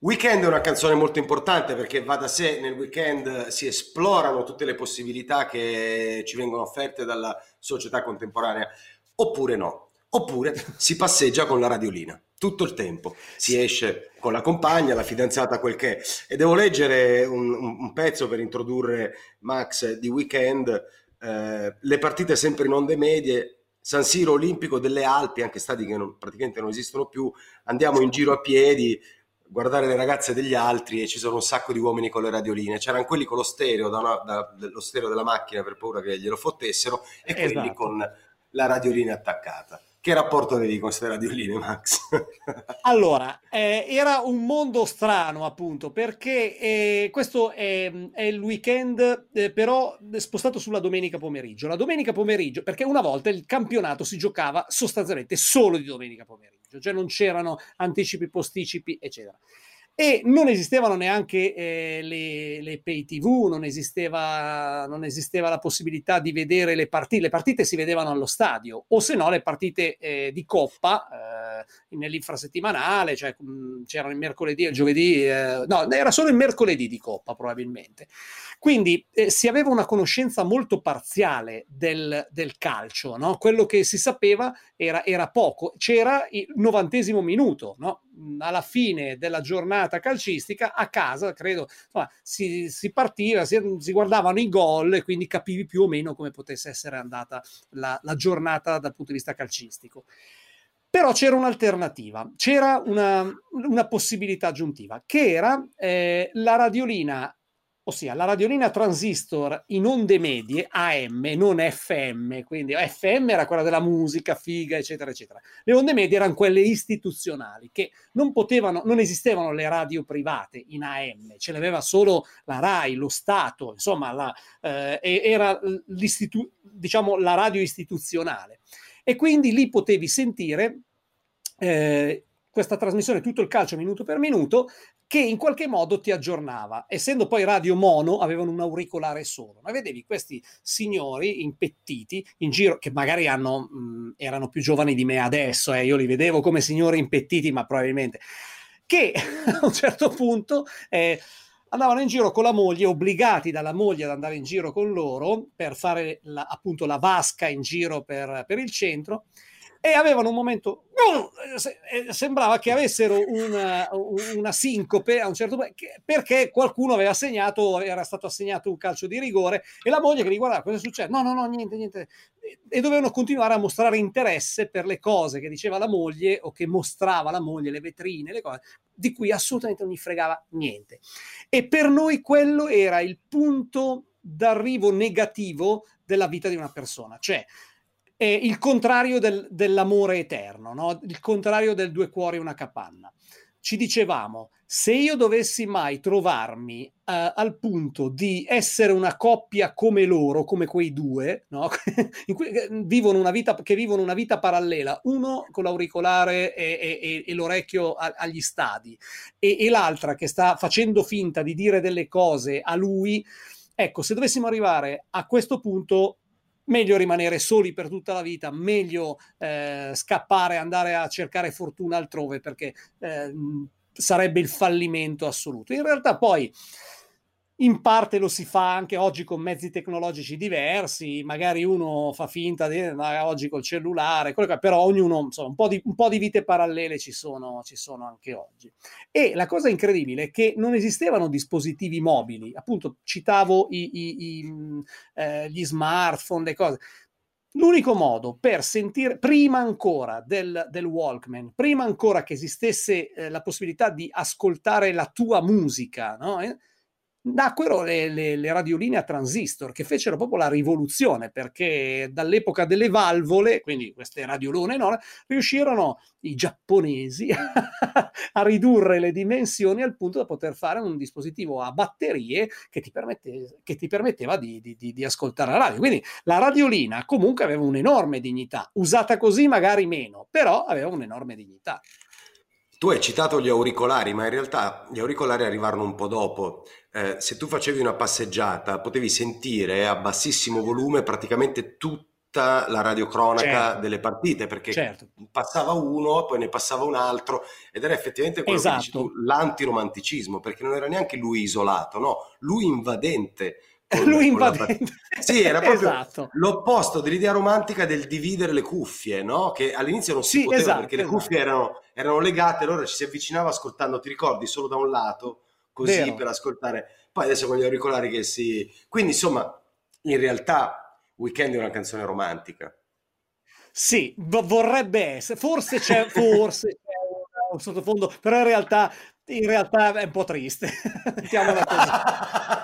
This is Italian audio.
Weekend è una canzone molto importante perché va da sé, nel weekend si esplorano tutte le possibilità che ci vengono offerte dalla società contemporanea, oppure no, oppure si passeggia con la radiolina tutto il tempo, si esce con la compagna, la fidanzata, quel che è. E devo leggere un pezzo per introdurre Max di Weekend, le partite sempre in onde medie, San Siro Olimpico delle Alpi, anche stadi che praticamente non esistono più, andiamo in giro a piedi, guardare le ragazze degli altri e ci sono un sacco di uomini con le radioline. C'erano quelli con lo stereo, lo stereo della macchina per paura che glielo fottessero, e quelli Esatto. con la radiolina attaccata. Che rapporto avevi con queste radioline, Max? Allora, era un mondo strano appunto perché questo è il weekend, però spostato sulla domenica pomeriggio. La domenica pomeriggio, perché una volta il campionato si giocava sostanzialmente solo di domenica pomeriggio, cioè non c'erano anticipi, posticipi, eccetera. E non esistevano neanche le pay TV, non esisteva la possibilità di vedere le partite si vedevano allo stadio, o se no le partite di Coppa nell'infrasettimanale, cioè c'erano il mercoledì e il giovedì, no, era solo il mercoledì di Coppa probabilmente. Quindi si aveva una conoscenza molto parziale del calcio, no? Quello che si sapeva era poco, c'era il 90° minuto, no? Alla fine della giornata calcistica a casa, credo, insomma, si partiva, si guardavano i gol e quindi capivi più o meno come potesse essere andata la giornata dal punto di vista calcistico. Però c'era un'alternativa, c'era una possibilità aggiuntiva, che era la radiolina, ossia la radiolina transistor in onde medie AM, non FM, quindi FM era quella della musica, figa, eccetera, eccetera. Le onde medie erano quelle istituzionali, che non esistevano le radio private in AM, ce l'aveva solo la RAI, lo Stato, insomma, era diciamo, la radio istituzionale. E quindi lì potevi sentire questa trasmissione, tutto il calcio minuto per minuto, che in qualche modo ti aggiornava. Essendo poi radio mono, avevano un auricolare solo, ma vedevi questi signori impettiti in giro, che magari erano più giovani di me adesso, io li vedevo come signori impettiti, ma probabilmente, che a un certo punto andavano in giro con la moglie, obbligati dalla moglie ad andare in giro con loro per fare appunto la vasca in giro per il centro, e avevano un momento, sembrava che avessero una sincope a un certo punto, perché qualcuno era stato assegnato un calcio di rigore, e la moglie che li guardava, cosa succede? No, no, no, niente. E dovevano continuare a mostrare interesse per le cose che diceva la moglie o che mostrava la moglie, le vetrine, le cose di cui assolutamente non gli fregava niente. E per noi quello era il punto d'arrivo negativo della vita di una persona, cioè il contrario dell'amore eterno, no? Il contrario del due cuori e una capanna. Ci dicevamo, se io dovessi mai trovarmi al punto di essere una coppia come loro, come quei due, no? In cui vivono una vita parallela, uno con l'auricolare e l'orecchio agli stadi, e l'altra che sta facendo finta di dire delle cose a lui, ecco, se dovessimo arrivare a questo punto, meglio rimanere soli per tutta la vita, meglio scappare, andare a cercare fortuna altrove, perché sarebbe il fallimento assoluto. In realtà poi in parte lo si fa anche oggi con mezzi tecnologici diversi, magari uno fa finta di oggi col cellulare, però ognuno, insomma, un po' di vite parallele ci sono anche oggi. E la cosa incredibile è che non esistevano dispositivi mobili, appunto citavo gli smartphone, le cose. L'unico modo per sentire, prima ancora del Walkman, prima ancora che esistesse la possibilità di ascoltare la tua musica, no? Nacquero le radioline a transistor, che fecero proprio la rivoluzione, perché dall'epoca delle valvole, quindi queste radiolone enormi, riuscirono i giapponesi a ridurre le dimensioni al punto da poter fare un dispositivo a batterie che ti permetteva di ascoltare la radio. Quindi la radiolina comunque aveva un'enorme dignità, usata così magari meno, però aveva un'enorme dignità. Tu hai citato gli auricolari, ma in realtà gli auricolari arrivarono un po' dopo. Se tu facevi una passeggiata, potevi sentire a bassissimo volume praticamente tutti tutta la radiocronaca certo, delle partite, perché certo, passava uno, poi ne passava un altro, ed era effettivamente quello che dici tu, esatto. l'antiromanticismo, perché non era neanche lui isolato, no, lui invadente Lui con la partita. invadente, Sì, era proprio esatto. l'opposto dell'idea romantica del dividere le cuffie, no? Che all'inizio non si Sì, poteva perché esatto, le cuffie esatto. erano legate, allora ci si avvicinava ascoltando, ti ricordi, solo da un lato, così per Vero. ascoltare. Poi adesso con gli auricolari che si... Quindi insomma, in realtà Weekend è una canzone romantica. Sì, vorrebbe essere, forse c'è un sottofondo, però in realtà è un po' triste, mettiamola così.